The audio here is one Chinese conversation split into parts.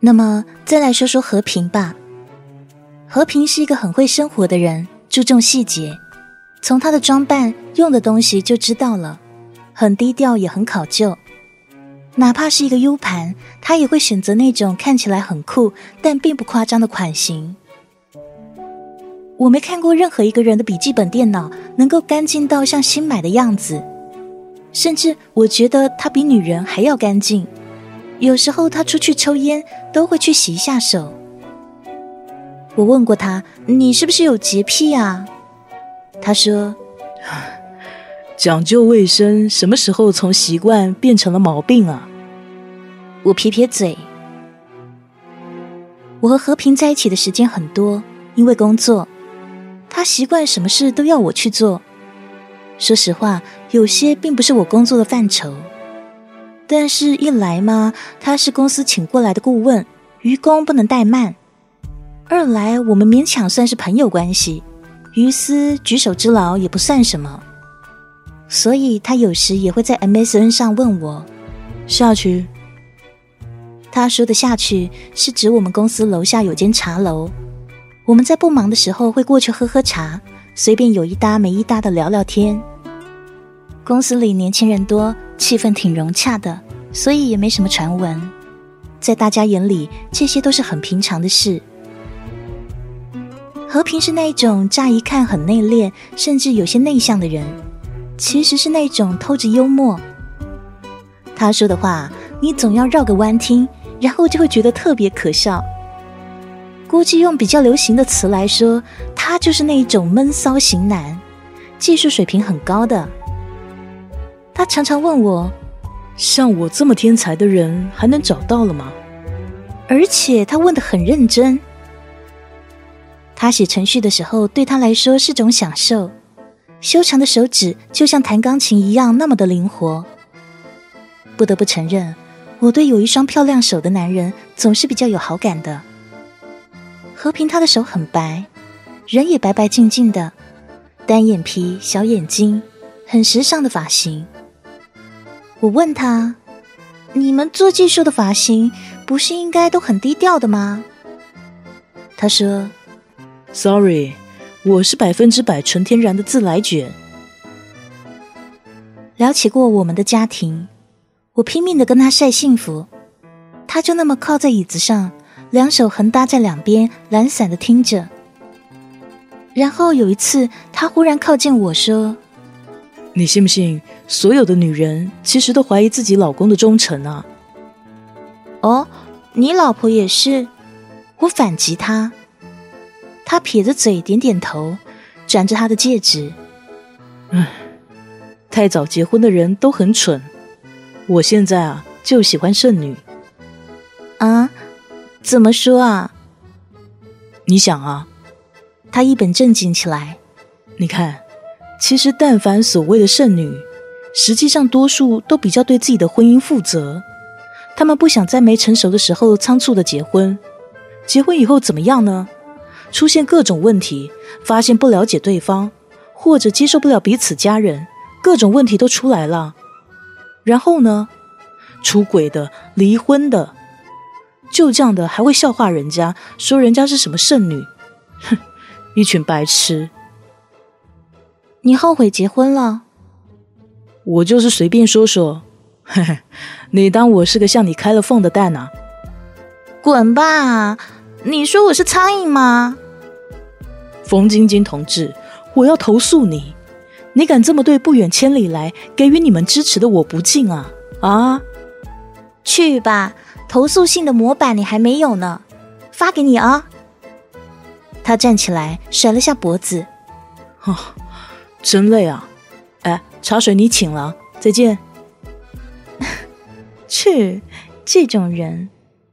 那么再来说说和平吧。和平是一个很会生活的人，注重细节，从他的装扮、用的东西就知道了，很低调也很考究。哪怕是一个 U 盘，他也会选择那种看起来很酷但并不夸张的款型。我没看过任何一个人的笔记本电脑能够干净到像新买的样子，甚至我觉得他比女人还要干净。有时候他出去抽烟都会去洗一下手。我问过他，你是不是有洁癖啊？他说， 讲究卫生什么时候从习惯变成了毛病啊？ 我撇撇嘴。我和和平在一起的时间很多，因为工作，他习惯什么事都要我去做。说实话，有些并不是我工作的范畴，但是一来嘛，他是公司请过来的顾问，于公不能怠慢；二来我们勉强算是朋友关系，于私举手之劳也不算什么。所以他有时也会在 MSN 上问我下去。 他说的下去是指我们公司楼下有间茶楼，我们在不忙的时候会过去喝喝茶，随便有一搭没一搭的聊聊天。公司里年轻人多，气氛挺融洽的，所以也没什么传闻。在大家眼里，这些都是很平常的事。和平是那一种乍一看很内敛，甚至有些内向的人，其实是那种偷着幽默。他说的话，你总要绕个弯听，然后就会觉得特别可笑。估计用比较流行的词来说，他就是那一种闷骚型男，技术水平很高的。他常常问我， 像我这么天才的人还能找到了吗？ 而且他问得很认真。他写程序的时候对他来说是种享受，修长的手指就像弹钢琴一样那么的灵活。不得不承认，我对有一双漂亮手的男人总是比较有好感的。和平他的手很白，人也白白净净的，单眼皮小眼睛，很时尚的发型。我问他，你们做技术的发型不是应该都很低调的吗？他说 Sorry， 我是100%纯天然的自来卷。 聊起过我们的家庭，我拼命地跟他晒幸福，他就那么靠在椅子上，两手横搭在两边，懒散地听着。然后有一次，他忽然靠近我说， 你信不信所有的女人其实都怀疑自己老公的忠诚啊？ 哦，你老婆也是？我反击他。他撇着嘴点点头，转着他的戒指。 太早结婚的人都很蠢，我现在啊就喜欢剩女。 啊？怎么说啊？ 你想啊， 他一本正经起来。 你看，其实但凡所谓的剩女，实际上多数都比较对自己的婚姻负责，他们不想在没成熟的时候仓促的结婚，结婚以后怎么样呢？出现各种问题，发现不了解对方，或者接受不了彼此家人，各种问题都出来了。然后呢，出轨的、离婚的，就这样的还会笑话人家，说人家是什么剩女，哼，一群白痴。 你后悔结婚了？ 我就是随便说说，嘿嘿，你当我是个像你开了缝的蛋啊？ 滚吧！你说我是苍蝇吗？ 冯晶晶同志，我要投诉你！你敢这么对不远千里来给予你们支持的我不敬啊！啊！ 去吧，投诉信的模板你还没有呢，发给你啊！他站起来，甩了下脖子。 哦，真累啊！哎，茶水你请了，再见。 去，这种人。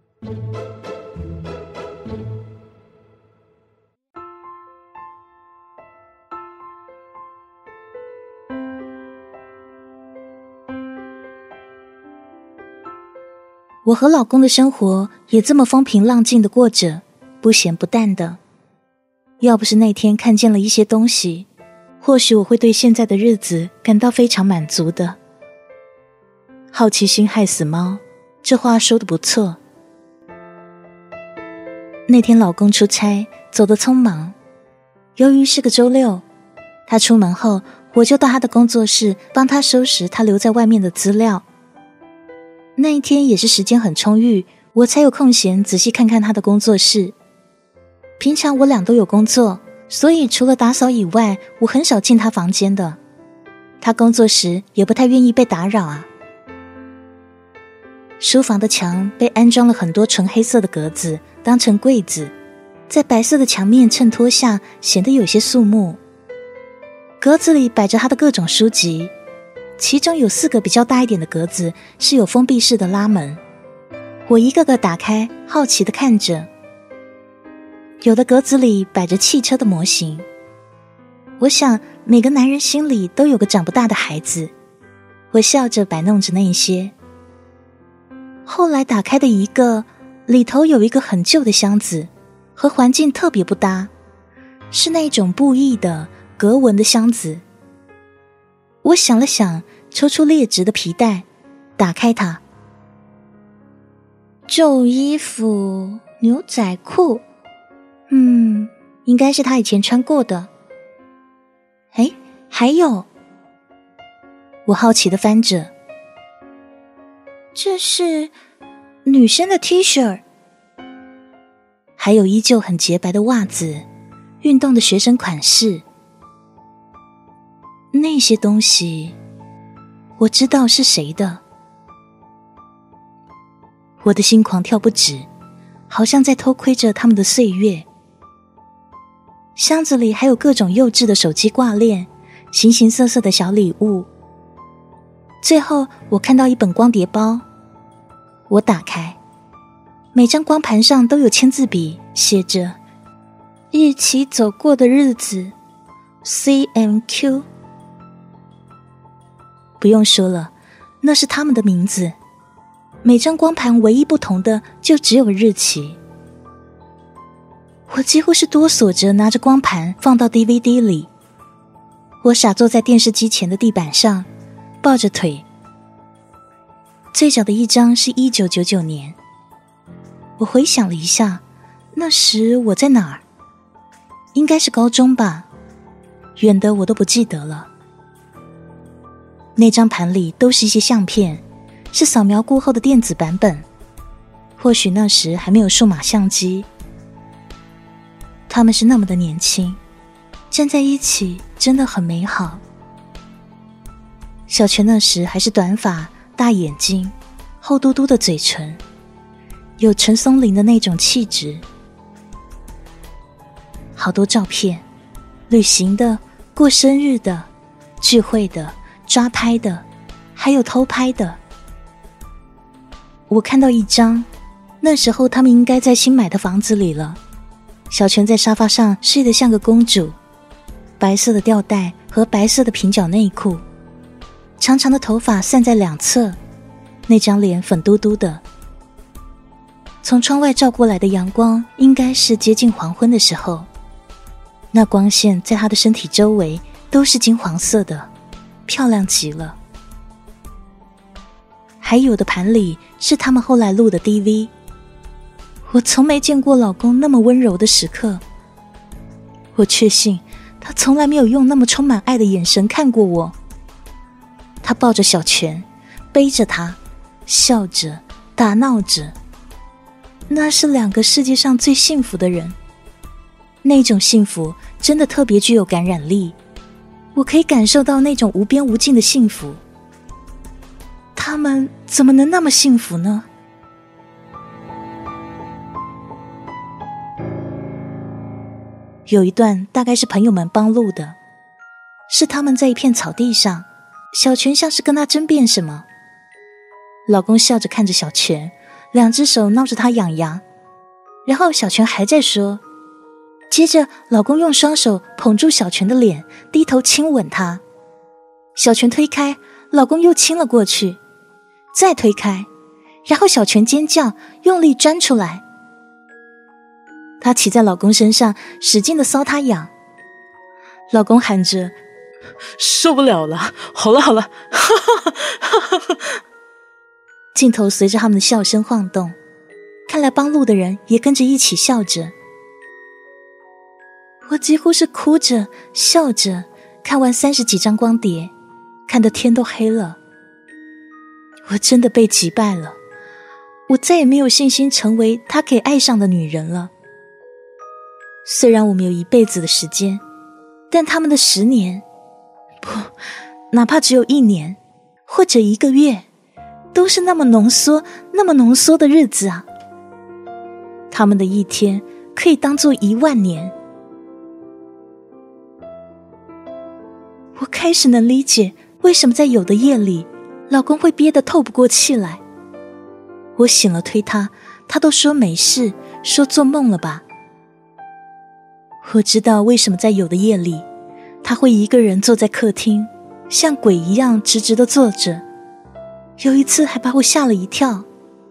我和老公的生活也这么风平浪静的过着，不咸不淡的。要不是那天看见了一些东西，或许我会对现在的日子感到非常满足的。好奇心害死猫，这话说得不错。 那天老公出差，走得匆忙。由于是个周六，他出门后，我就到他的工作室帮他收拾他留在外面的资料。那一天也是时间很充裕，我才有空闲仔细看看他的工作室。平常我俩都有工作，所以除了打扫以外，我很少进他房间的。他工作时也不太愿意被打扰啊。书房的墙被安装了很多纯黑色的格子，当成柜子，在白色的墙面衬托下显得有些肃穆。格子里摆着他的各种书籍，其中有4个比较大一点的格子是有封闭式的拉门，我一个个打开，好奇地看着。有的格子里摆着汽车的模型，我想每个男人心里都有个长不大的孩子，我笑着摆弄着那些。后来打开的一个，里头有一个很旧的箱子，和环境特别不搭，是那种布艺的格纹的箱子。我想了想，抽出劣质的皮带，打开它。旧衣服，牛仔裤，应该是他以前穿过的。诶，还有，我好奇地翻着，这是女生的 T 恤，还有依旧很洁白的袜子，运动的学生款式。那些东西我知道是谁的。我的心狂跳不止，好像在偷窥着他们的岁月。箱子里还有各种幼稚的手机挂链，形形色色的小礼物。最后我看到一本光碟包，我打开，每张光盘上都有签字笔，写着一起走过的日子 CMQ。 不用说了，那是他们的名字。每张光盘唯一不同的就只有日期。我几乎是哆嗦着拿着光盘放到 DVD 里。我傻坐在电视机前的地板上，抱着腿。最早的一张是1999年。我回想了一下，那时我在哪儿？应该是高中吧，远的我都不记得了。那张盘里都是一些相片，是扫描过后的电子版本，或许那时还没有数码相机。他们是那么的年轻，站在一起真的很美好。小泉那时还是短发，大眼睛，厚嘟嘟的嘴唇，有陈松伶的那种气质。好多照片，旅行的，过生日的，聚会的，抓拍的，还有偷拍的。我看到一张，那时候他们应该在新买的房子里了。小泉在沙发上睡得像个公主，白色的吊带和白色的平角内裤，长长的头发散在两侧，那张脸粉嘟嘟的。从窗外照过来的阳光应该是接近黄昏的时候，那光线在她的身体周围都是金黄色的，漂亮极了。还有的盘里是他们后来录的 DV。我从没见过老公那么温柔的时刻，我确信他从来没有用那么充满爱的眼神看过我。他抱着小泉，背着他，笑着，打闹着。那是2个世界上最幸福的人，那种幸福真的特别具有感染力，我可以感受到那种无边无尽的幸福。他们怎么能那么幸福呢？有一段大概是朋友们帮录的，是他们在一片草地上，小泉像是跟他争辩什么。老公笑着看着小泉，2只手挠着他痒痒，然后小泉还在说，接着老公用双手捧住小泉的脸，低头亲吻她。小泉推开，老公又亲了过去，再推开，然后小泉尖叫，用力钻出来。她骑在老公身上，使劲地搔他痒。老公喊着， 受不了了，好了好了，哈哈哈哈。 镜头随着他们的笑声晃动，看看来帮路的人也跟着一起笑着。我几乎是哭着笑着看完30几张光碟，看得天都黑了。我真的被击败了，我再也没有信心成为他可以爱上的女人了。虽然我们有一辈子的时间，但他们的10年，不，哪怕只有1年或者1个月，都是那么浓缩的日子啊。他们的一天可以当作10000年。我开始能理解为什么在有的夜里，老公会憋得透不过气来。我醒了推他，他都说没事，说做梦了吧。我知道为什么在有的夜里，他会一个人坐在客厅，像鬼一样直直地坐着，有一次还把我吓了一跳。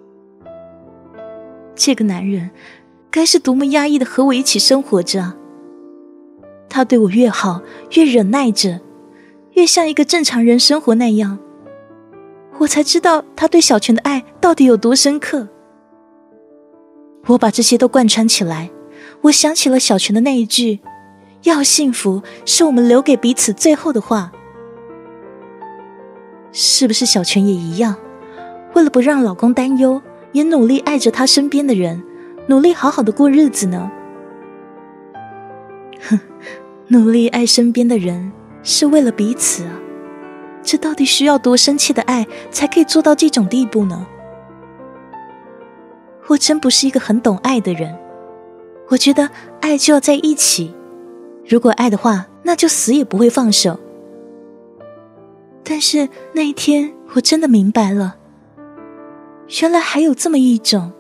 这个男人该是多么压抑地和我一起生活着啊！他对我越好，越忍耐着，越像一个正常人生活那样，我才知道他对小泉的爱到底有多深刻。我把这些都贯穿起来，我想起了小泉的那一句，要幸福是我们留给彼此最后的话。是不是小泉也一样，为了不让老公担忧，也努力爱着他身边的人，努力好好的过日子呢？哼，努力爱身边的人是为了彼此啊，这到底需要多深切的爱才可以做到这种地步呢？我真不是一个很懂爱的人，我觉得爱就要在一起，如果爱的话，那就死也不会放手。但是那一天我真的明白了，原来还有这么一种，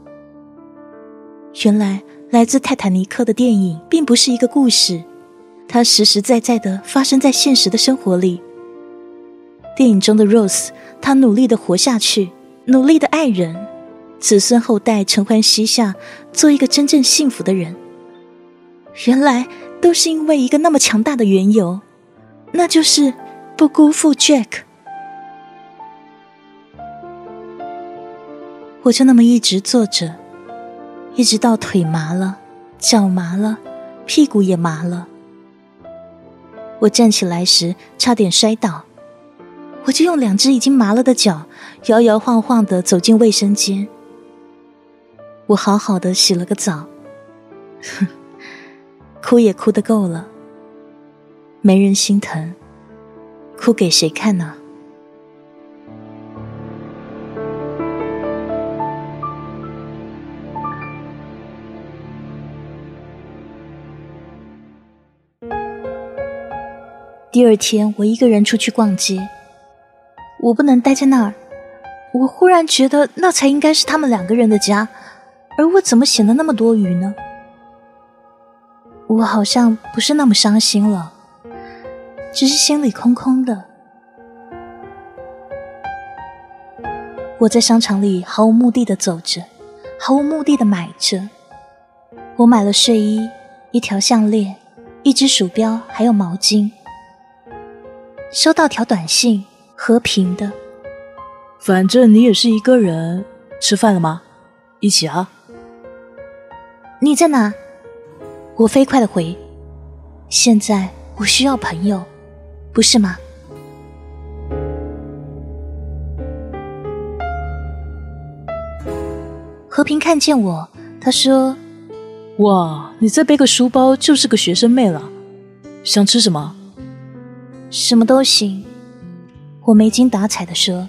原来来自泰坦尼克的电影并不是一个故事，它实实在在地发生在现实的生活里。电影中的 Rose， 她努力地活下去，努力地爱人，子孙后代承欢膝下，做一个真正幸福的人。原来都是因为一个那么强大的缘由，那就是不辜负 Jack。 我就那么一直坐着，一直到腿麻了，脚麻了，屁股也麻了。我站起来时差点摔倒，我就用2只已经麻了的脚摇摇晃晃地走进卫生间。我好好的洗了个澡，哭也哭得够了，没人心疼，哭给谁看呢？第2天，我一个人出去逛街，我不能待在那儿。我忽然觉得那才应该是他们2个人的家，而我怎么显得那么多余呢？我好像不是那么伤心了，只是心里空空的。我在商场里毫无目的地走着，毫无目的地买着。我买了睡衣、1条项链、1只鼠标，还有毛巾。收到条短信，和平的， 反正你也是一个人，吃饭了吗？一起啊。 你在哪？我飞快地回，现在我需要朋友，不是吗？和平看见我，他说， 哇，你再背个书包就是个学生妹了，想吃什么？ 什么都行，我没精打采地说。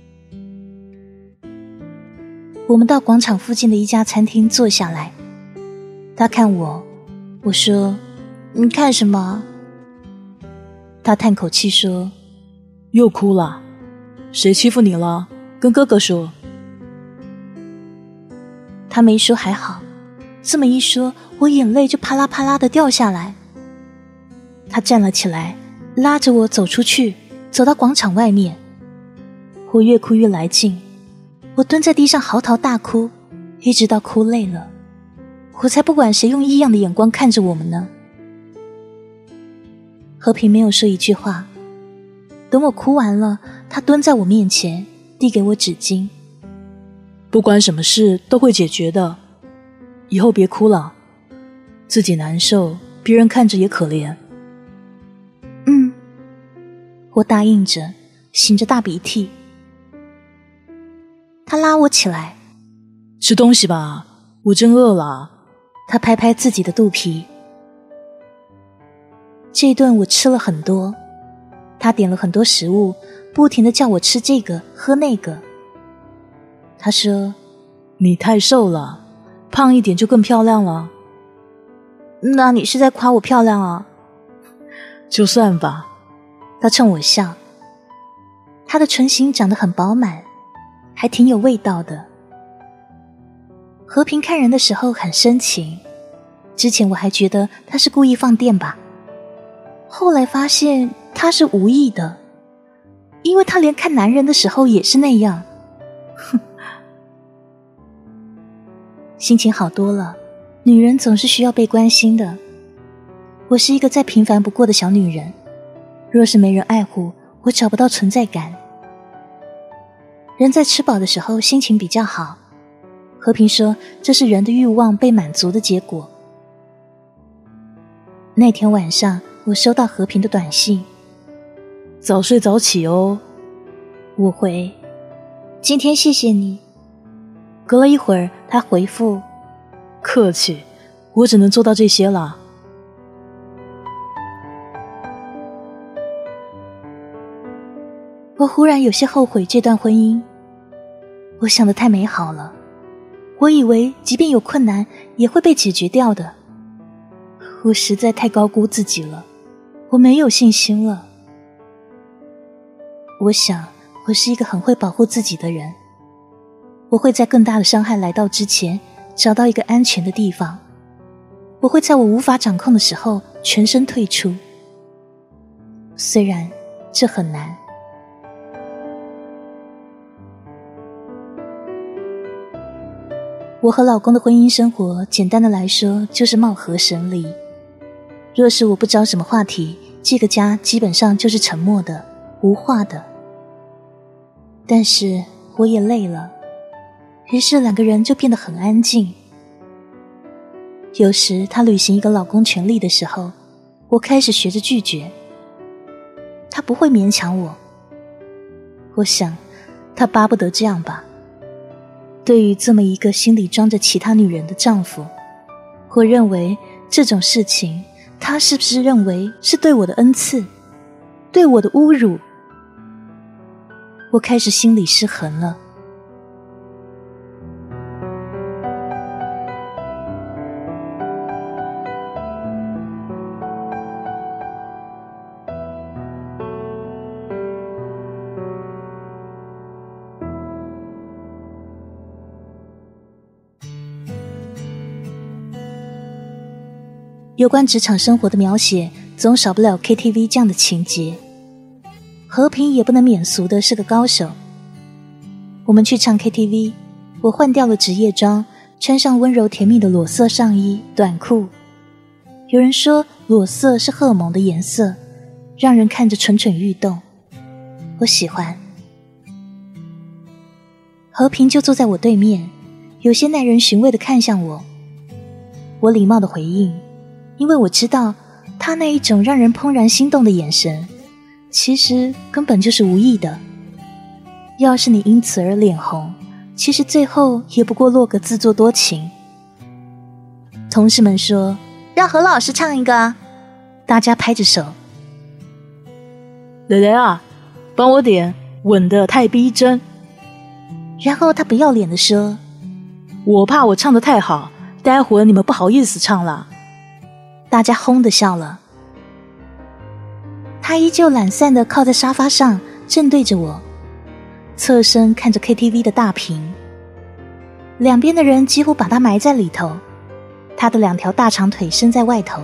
我们到广场附近的一家餐厅坐下来，他看我，我说，你看什么？他叹口气说， 又哭了，谁欺负你了？跟哥哥说。 他没说还好，这么一说，我眼泪就啪啦啪啦地掉下来。他站了起来，拉着我走出去，走到广场外面。我越哭越来劲，我蹲在地上嚎啕大哭，一直到哭累了，我才不管谁用异样的眼光看着我们呢。和平没有说一句话，等我哭完了，他蹲在我面前，递给我纸巾。 不管什么事都会解决的，以后别哭了，自己难受，别人看着也可怜。 我答应着，擤着大鼻涕。他拉我起来， 吃东西吧，我真饿了。 他拍拍自己的肚皮。这一顿我吃了很多，他点了很多食物，不停地叫我吃这个喝那个。他说， 你太瘦了，胖一点就更漂亮了。 那你是在夸我漂亮啊？ 就算吧。 他冲我笑，他的唇形长得很饱满，还挺有味道的。和平看人的时候很深情，之前我还觉得他是故意放电吧，后来发现他是无意的，因为他连看男人的时候也是那样。心情好多了，女人总是需要被关心的。我是一个再平凡不过的小女人，若是没人爱护，我找不到存在感。人在吃饱的时候心情比较好，和平说这是人的欲望被满足的结果。那天晚上我收到和平的短信， 早睡早起哦。 我回，今天谢谢你。 隔了一会儿他回复，客气，我只能做到这些了。 我忽然有些后悔这段婚姻，我想得太美好了，我以为即便有困难也会被解决掉的。我实在太高估自己了，我没有信心了。我想我是一个很会保护自己的人，我会在更大的伤害来到之前找到一个安全的地方，我会在我无法掌控的时候全身退出，虽然这很难。我和老公的婚姻生活简单的来说就是貌合神离，若是我不找什么话题，这个家基本上就是沉默的无话的。但是我也累了，于是两个人就变得很安静。有时他履行一个老公权利的时候，我开始学着拒绝，他不会勉强我。我想他巴不得这样吧。对于这么一个心里装着其他女人的丈夫，我认为这种事情他是不是认为是对我的恩赐，对我的侮辱？我开始心里失衡了。有关职场生活的描写总少不了 KTV 这样的情节，和平也不能免俗的是个高手。我们去唱 KTV， 我换掉了职业装，穿上温柔甜蜜的裸色上衣短裤。有人说裸色是荷尔蒙的颜色，让人看着蠢蠢欲动，我喜欢。和平就坐在我对面，有些耐人寻味地看向我，我礼貌地回应，因为我知道他那一种让人怦然心动的眼神其实根本就是无意的，要是你因此而脸红，其实最后也不过落个自作多情。同事们说让何老师唱一个，大家拍着手。 蕾蕾啊，帮我点吻得太逼真。 然后他不要脸地说， 我怕我唱得太好，待会儿你们不好意思唱了。 大家轰地笑了。他依旧懒散地靠在沙发上，正对着我，侧身看着 KTV 的大屏，两边的人几乎把他埋在里头，他的两条大长腿伸在外头。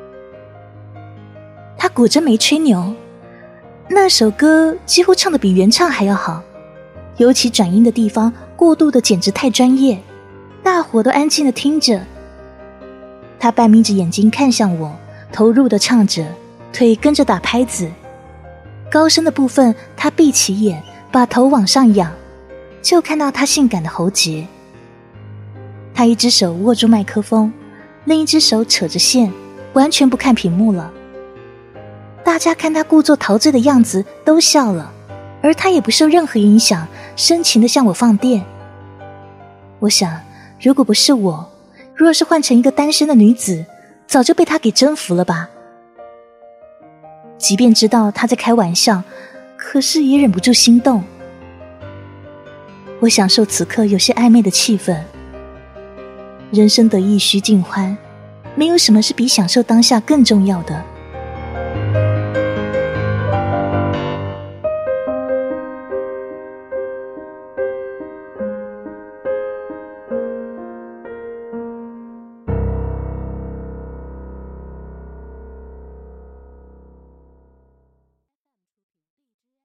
他果真没吹牛，那首歌几乎唱得比原唱还要好，尤其转音的地方过渡的简直太专业，大伙都安静地听着。他半眯着眼睛看向我，投入地唱着，腿跟着打拍子。高声的部分他闭起眼，把头往上仰， 就看到他性感的喉结。他一只手握住麦克风，另一只手扯着线，完全不看屏幕了。大家看他故作陶醉的样子都笑了，而他也不受任何影响，深情地向我放电。我想，如果不是我，若是换成一个单身的女子，早就被他给征服了吧。即便知道他在开玩笑，可是也忍不住心动。我享受此刻有些暧昧的气氛。人生得意须尽欢，没有什么是比享受当下更重要的。